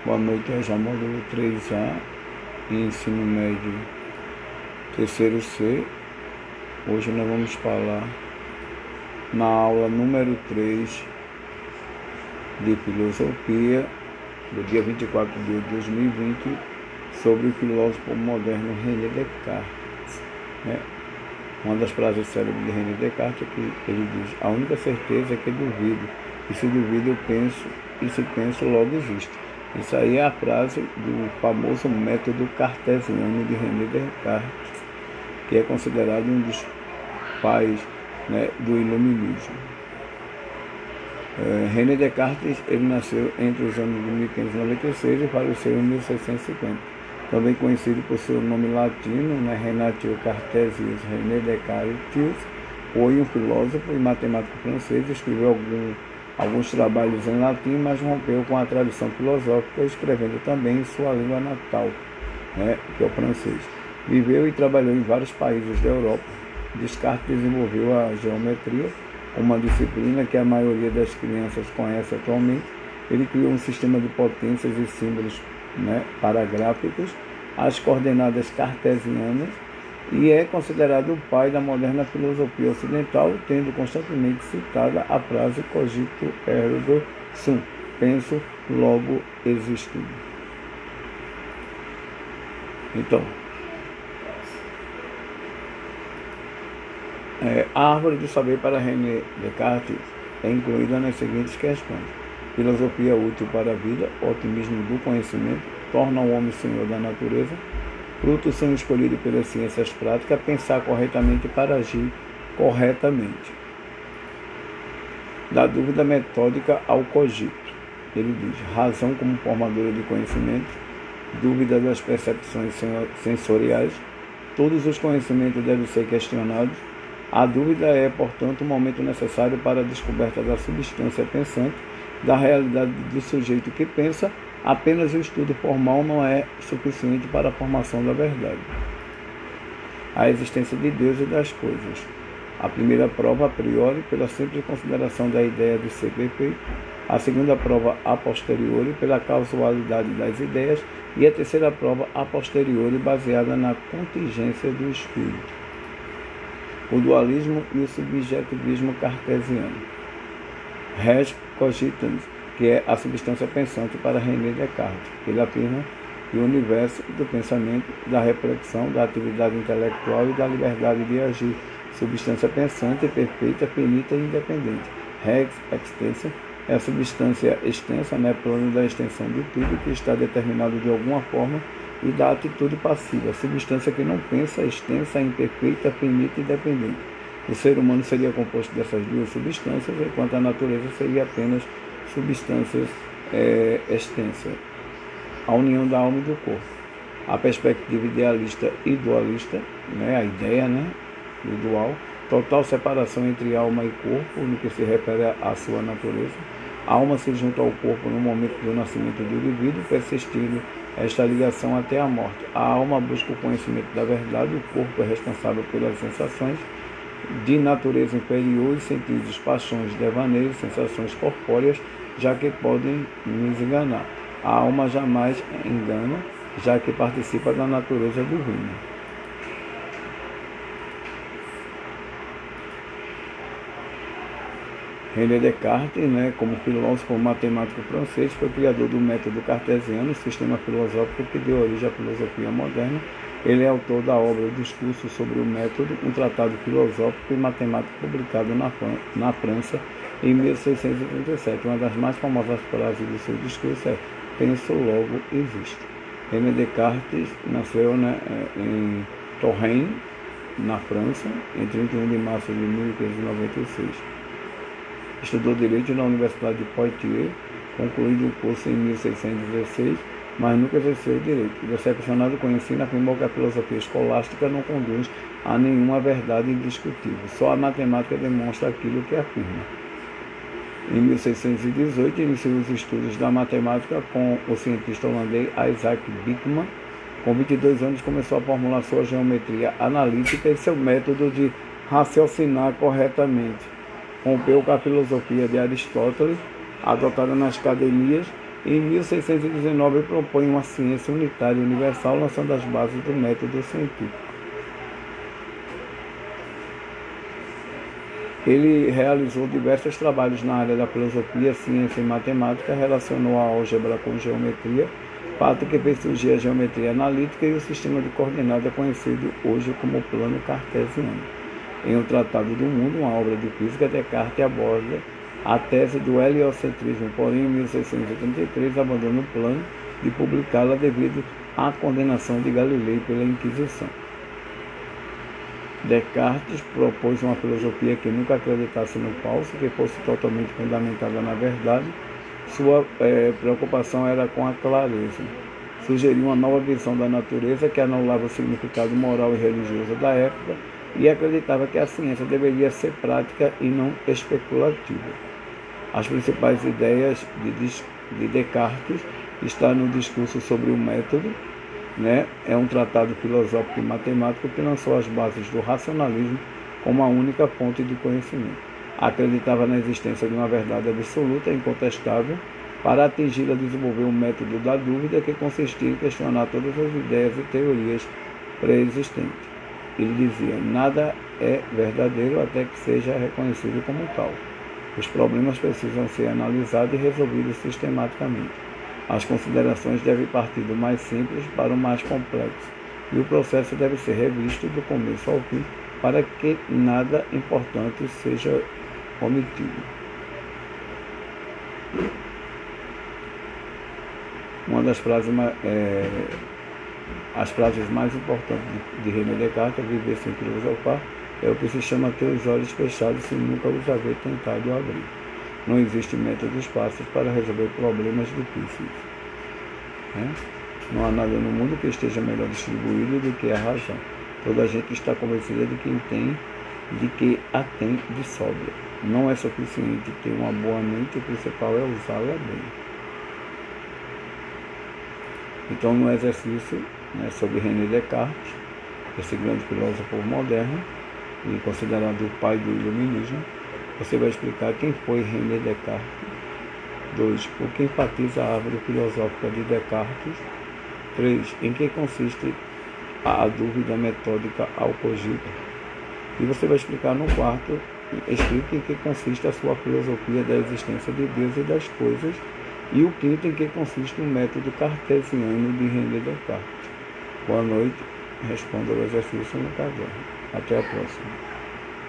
Boa noite, já módulo 3A, ensino médio, terceiro C. Hoje nós vamos falar na aula número 3 de filosofia, do dia 24 de 2020, sobre o filósofo moderno René Descartes. Uma das frases célebres de René Descartes é que ele diz: a única certeza é que duvido, e se duvido eu penso, e se penso logo existo. Isso aí é a frase do famoso método cartesiano de René Descartes, que é considerado um dos pais, do iluminismo. René Descartes, ele nasceu entre os anos de 1596 e faleceu em 1650. Também conhecido por seu nome latino, Renatio Cartesius René Descartes, foi um filósofo e matemático francês. Escreveu alguns trabalhos em latim, mas rompeu com a tradição filosófica, escrevendo também em sua língua natal, que é o francês. Viveu e trabalhou em vários países da Europa. Descartes desenvolveu a geometria, uma disciplina que a maioria das crianças conhece atualmente. Ele criou um sistema de potências e símbolos paragráficos, as coordenadas cartesianas, e é considerado o pai da moderna filosofia ocidental, tendo constantemente citada a frase cogito ergo sum, penso, logo existo. Então, a árvore do saber para René Descartes é incluída nas seguintes questões: filosofia útil para a vida, otimismo do conhecimento, torna o homem senhor da natureza, frutos são escolhidos pelas ciências práticas, pensar corretamente para agir corretamente. Da dúvida metódica ao cogito, ele diz: razão como formadora de conhecimento, dúvida das percepções sensoriais, todos os conhecimentos devem ser questionados. A dúvida é, portanto, um momento necessário para a descoberta da substância pensante, da realidade do sujeito que pensa. Apenas o estudo formal não é suficiente para a formação da verdade. A existência de Deus e das coisas. A primeira prova a priori, pela simples consideração da ideia de ser perfeito. A segunda prova a posteriori, pela causalidade das ideias. E a terceira prova a posteriori, baseada na contingência do espírito. O dualismo e o subjetivismo cartesiano. Res cogitans, que é a substância pensante para René Descartes. Ele afirma que o universo do pensamento, da reflexão, da atividade intelectual e da liberdade de agir. Substância pensante, perfeita, finita e independente. Rex extensa é a substância extensa, plano da extensão de tudo, que está determinado de alguma forma, e da atitude passiva, substância que não pensa, extensa, imperfeita, finita e dependente. O ser humano seria composto dessas duas substâncias, enquanto a natureza seria apenas substâncias extensas. A união da alma e do corpo. A perspectiva idealista e dualista, a ideia do dual, total separação entre alma e corpo, no que se refere à sua natureza. A alma se junta ao corpo no momento do nascimento do indivíduo, persistindo esta ligação até a morte. A alma busca o conhecimento da verdade, o corpo é responsável pelas sensações de natureza inferior e sentidos, paixões, devaneios, sensações corpóreas, já que podem nos enganar. A alma jamais engana, já que participa da natureza divina. René Descartes, como filósofo matemático francês, foi criador do método cartesiano, sistema filosófico que deu origem à filosofia moderna. Ele é autor da obra Discurso sobre o Método, um tratado filosófico e matemático publicado na França em 1637. Uma das mais famosas frases do seu discurso é: penso, logo existo. René Descartes nasceu em Touraine, na França, em 31 de março de 1596. Estudou Direito na Universidade de Poitiers, concluindo o curso em 1616, mas nunca exerceu direito. Decepcionado com o ensino, afirmou que a filosofia escolástica não conduz a nenhuma verdade indiscutível. Só a matemática demonstra aquilo que afirma. Em 1618, iniciou os estudos da matemática com o cientista holandês Isaac Bikman. Com 22 anos, começou a formular sua geometria analítica e seu método de raciocinar corretamente. Rompeu com a filosofia de Aristóteles, adotada nas academias, Em 1619, ele propõe uma ciência unitária e universal, lançando as bases do método científico. Ele realizou diversos trabalhos na área da filosofia, ciência e matemática, relacionou a álgebra com geometria, fato que fez surgir a geometria analítica e o sistema de coordenada conhecido hoje como plano cartesiano. Em O Tratado do Mundo, uma obra de física, Descartes aborda a tese do heliocentrismo, porém em 1683 abandona o plano de publicá-la devido à condenação de Galileu pela Inquisição. Descartes propôs uma filosofia que nunca acreditasse no falso, que fosse totalmente fundamentada na verdade. Sua preocupação era com a clareza. Sugeriu uma nova visão da natureza que anulava o significado moral e religioso da época e acreditava que a ciência deveria ser prática e não especulativa. As principais ideias de Descartes estão no discurso sobre o método, é um tratado filosófico e matemático que lançou as bases do racionalismo como a única fonte de conhecimento. Acreditava na existência de uma verdade absoluta, incontestável. Para atingi-la, desenvolveu o método da dúvida, que consistia em questionar todas as ideias e teorias pré-existentes. Ele dizia: nada é verdadeiro até que seja reconhecido como tal. Os problemas precisam ser analisados e resolvidos sistematicamente. As considerações devem partir do mais simples para o mais complexo, e o processo deve ser revisto do começo ao fim para que nada importante seja omitido. Uma das frases as frases mais importantes de René Descartes é: viver sem filosofar é o que se chama ter os olhos fechados sem nunca os haver tentado abrir. Não existe métodos fáceis para resolver problemas difíceis. Não há nada no mundo que esteja melhor distribuído do que a razão. Toda a gente está convencida de que a tem de sobra. Não é suficiente ter uma boa mente, o principal é usá-la bem. Então, no exercício sobre René Descartes, esse grande filósofo moderno, e considerado o pai do iluminismo, você vai explicar quem foi René Descartes. 2. O que enfatiza a árvore filosófica de Descartes. 3. Em que consiste a dúvida metódica ao cogito. E você vai explicar no 4, explique em que consiste a sua filosofia da existência de Deus e das coisas. E o 5, em que consiste o método cartesiano de René Descartes. Boa noite, responda o exercício no caderno. Até a próxima.